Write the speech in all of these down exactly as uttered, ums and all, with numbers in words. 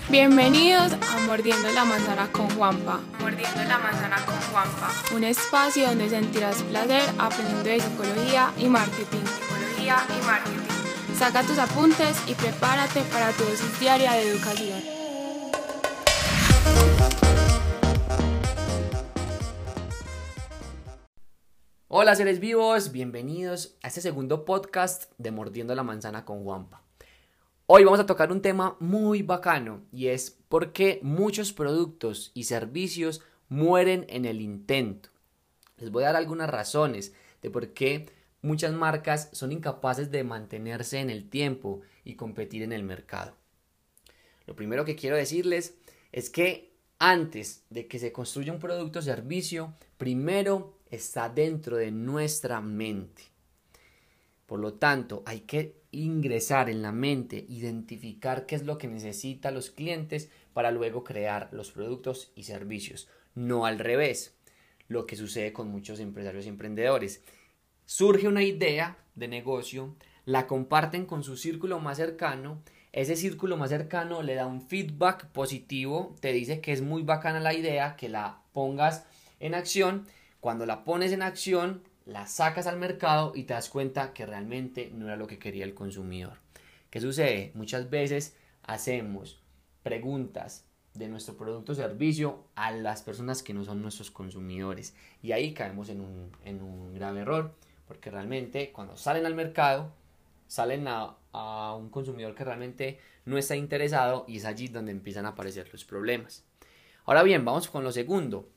Bienvenidos a Mordiendo la Manzana con Juanpa. Mordiendo la Manzana con Juanpa. Un espacio donde sentirás placer aprendiendo de psicología y marketing. Psicología y marketing. Saca tus apuntes y prepárate para tu dosis diaria de educación. Hola seres vivos, bienvenidos a este segundo podcast de Mordiendo la Manzana con Juanpa. Hoy vamos a tocar un tema muy bacano y es por qué muchos productos y servicios mueren en el intento. Les voy a dar algunas razones de por qué muchas marcas son incapaces de mantenerse en el tiempo y competir en el mercado. Lo primero que quiero decirles es que antes de que se construya un producto o servicio, primero está dentro de nuestra mente. Por lo tanto, hay que ingresar en la mente, identificar qué es lo que necesitan los clientes para luego crear los productos y servicios. No al revés, lo que sucede con muchos empresarios y emprendedores. Surge una idea de negocio, la comparten con su círculo más cercano, ese círculo más cercano le da un feedback positivo, te dice que es muy bacana la idea, que la pongas en acción. Cuando la pones en acción, la sacas al mercado y te das cuenta que realmente no era lo que quería el consumidor. ¿Qué sucede? Muchas veces hacemos preguntas de nuestro producto o servicio a las personas que no son nuestros consumidores y ahí caemos en un, en un grave error, porque realmente cuando salen al mercado salen a, a un consumidor que realmente no está interesado y es allí donde empiezan a aparecer los problemas. Ahora bien, vamos con lo segundo.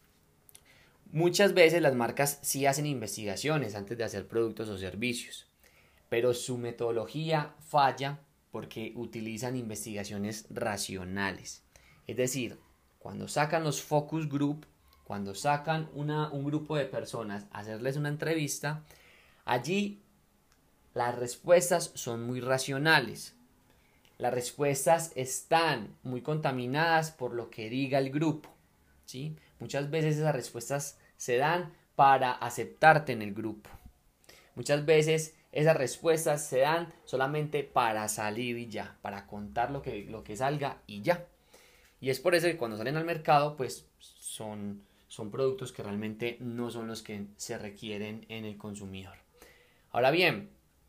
Muchas veces las marcas sí hacen investigaciones antes de hacer productos o servicios, pero su metodología falla porque utilizan investigaciones racionales. Es decir, cuando sacan los focus group, cuando sacan una, un grupo de personas a hacerles una entrevista, allí las respuestas son muy racionales. Las respuestas están muy contaminadas por lo que diga el grupo, ¿sí? Muchas veces esas respuestas se dan para aceptarte en el grupo. Muchas veces esas respuestas se dan solamente para salir y ya, para contar lo que, lo que salga y ya. Y es por eso que cuando salen al mercado, pues son, son productos que realmente no son los que se requieren en el consumidor. Ahora bien,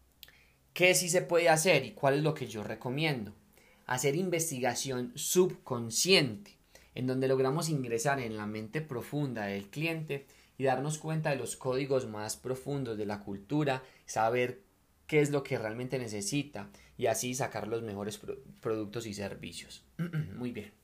¿qué sí se puede hacer y cuál es lo que yo recomiendo? Hacer investigación subconsciente, en donde logramos ingresar en la mente profunda del cliente y darnos cuenta de los códigos más profundos de la cultura, saber qué es lo que realmente necesita y así sacar los mejores pro- productos y servicios. Muy bien.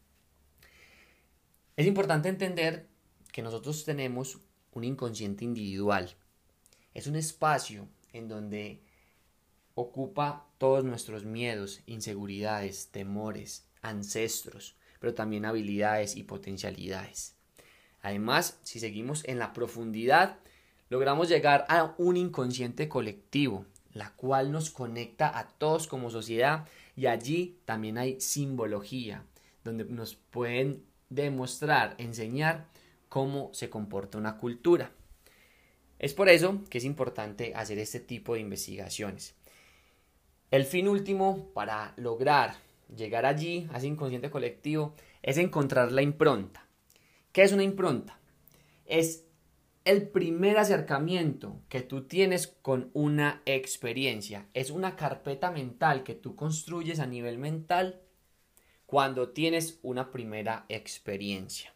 Es importante entender que nosotros tenemos un inconsciente individual. Es un espacio en donde ocupa todos nuestros miedos, inseguridades, temores, ancestros, pero también habilidades y potencialidades. Además, si seguimos en la profundidad, logramos llegar a un inconsciente colectivo, la cual nos conecta a todos como sociedad y allí también hay simbología, donde nos pueden demostrar, enseñar cómo se comporta una cultura. Es por eso que es importante hacer este tipo de investigaciones. El fin último para lograr llegar allí, a ese inconsciente colectivo, es encontrar la impronta. ¿Qué es una impronta? Es el primer acercamiento que tú tienes con una experiencia. Es una carpeta mental que tú construyes a nivel mental cuando tienes una primera experiencia.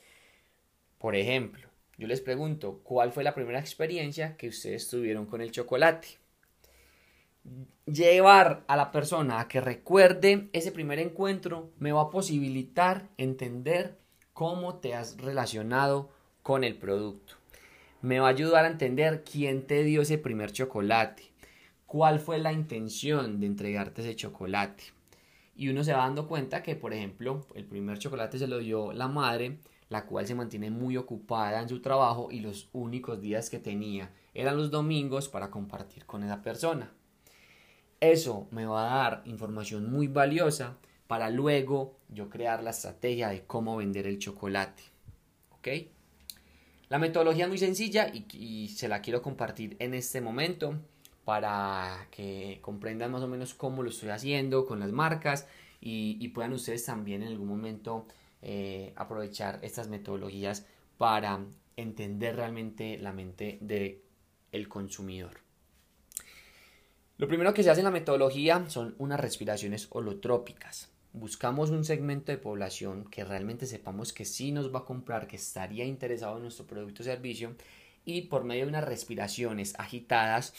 Por ejemplo, yo les pregunto, ¿cuál fue la primera experiencia que ustedes tuvieron con el chocolate? Llevar a la persona a que recuerde ese primer encuentro me va a posibilitar entender cómo te has relacionado con el producto. Me va a ayudar a entender quién te dio ese primer chocolate, cuál fue la intención de entregarte ese chocolate. Y uno se va dando cuenta que, por ejemplo, el primer chocolate se lo dio la madre, la cual se mantiene muy ocupada en su trabajo y los únicos días que tenía eran los domingos para compartir con esa persona. Eso me va a dar información muy valiosa para luego yo crear la estrategia de cómo vender el chocolate. ¿Ok? La metodología es muy sencilla y, y se la quiero compartir en este momento para que comprendan más o menos cómo lo estoy haciendo con las marcas y, y puedan ustedes también en algún momento eh, aprovechar estas metodologías para entender realmente la mente del consumidor. Lo primero que se hace en la metodología son unas respiraciones holotrópicas. Buscamos un segmento de población que realmente sepamos que sí nos va a comprar, que estaría interesado en nuestro producto o servicio, y por medio de unas respiraciones agitadas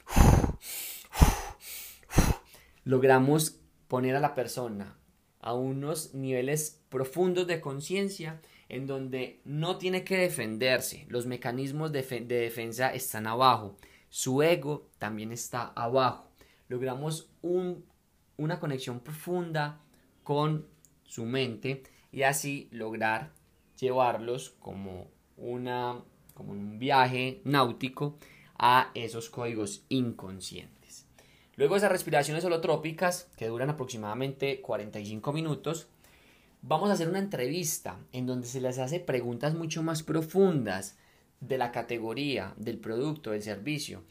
logramos poner a la persona a unos niveles profundos de conciencia en donde no tiene que defenderse, los mecanismos de, de defensa están abajo, su ego también está abajo. Logramos un, una conexión profunda con su mente y así lograr llevarlos como, una, como un viaje náutico a esos códigos inconscientes. Luego de esas respiraciones holotrópicas, que duran aproximadamente cuarenta y cinco minutos, vamos a hacer una entrevista en donde se les hace preguntas mucho más profundas de la categoría, del producto, del servicio.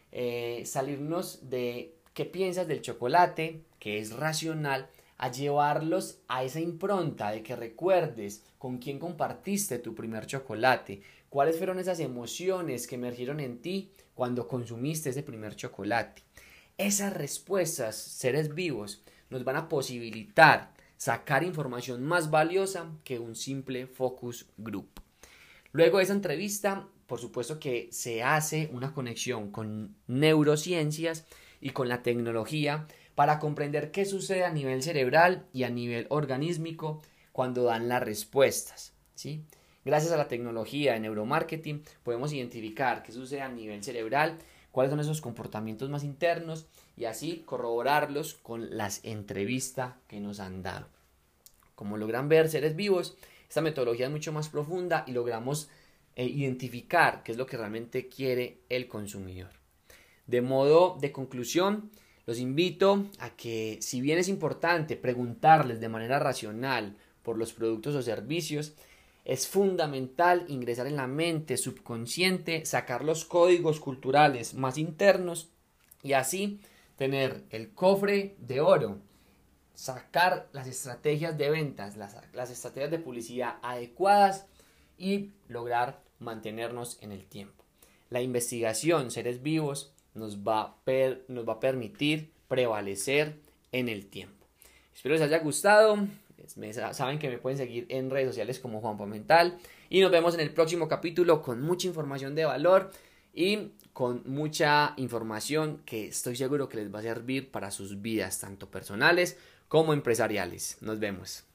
Eh, salirnos de qué piensas del chocolate, que es racional, a llevarlos a esa impronta de que recuerdes con quién compartiste tu primer chocolate, cuáles fueron esas emociones que emergieron en ti cuando consumiste ese primer chocolate. Esas respuestas, seres vivos, nos van a posibilitar sacar información más valiosa que un simple focus group. Luego de esa entrevista, por supuesto que se hace una conexión con neurociencias y con la tecnología para comprender qué sucede a nivel cerebral y a nivel organísmico cuando dan las respuestas, ¿sí? Gracias a la tecnología de neuromarketing podemos identificar qué sucede a nivel cerebral, cuáles son esos comportamientos más internos y así corroborarlos con las entrevistas que nos han dado. Como logran ver, seres vivos, esta metodología es mucho más profunda y logramos eh, identificar qué es lo que realmente quiere el consumidor. De modo de conclusión, los invito a que, si bien es importante preguntarles de manera racional por los productos o servicios, es fundamental ingresar en la mente subconsciente, sacar los códigos culturales más internos y así tener el cofre de oro, sacar las estrategias de ventas, las, las estrategias de publicidad adecuadas y lograr mantenernos en el tiempo. La investigación, seres vivos, nos va, per, nos va a permitir prevalecer en el tiempo. Espero les haya gustado. Me, saben que me pueden seguir en redes sociales como Juanpa Mental y nos vemos en el próximo capítulo con mucha información de valor y con mucha información que estoy seguro que les va a servir para sus vidas tanto personales como empresariales. Nos vemos.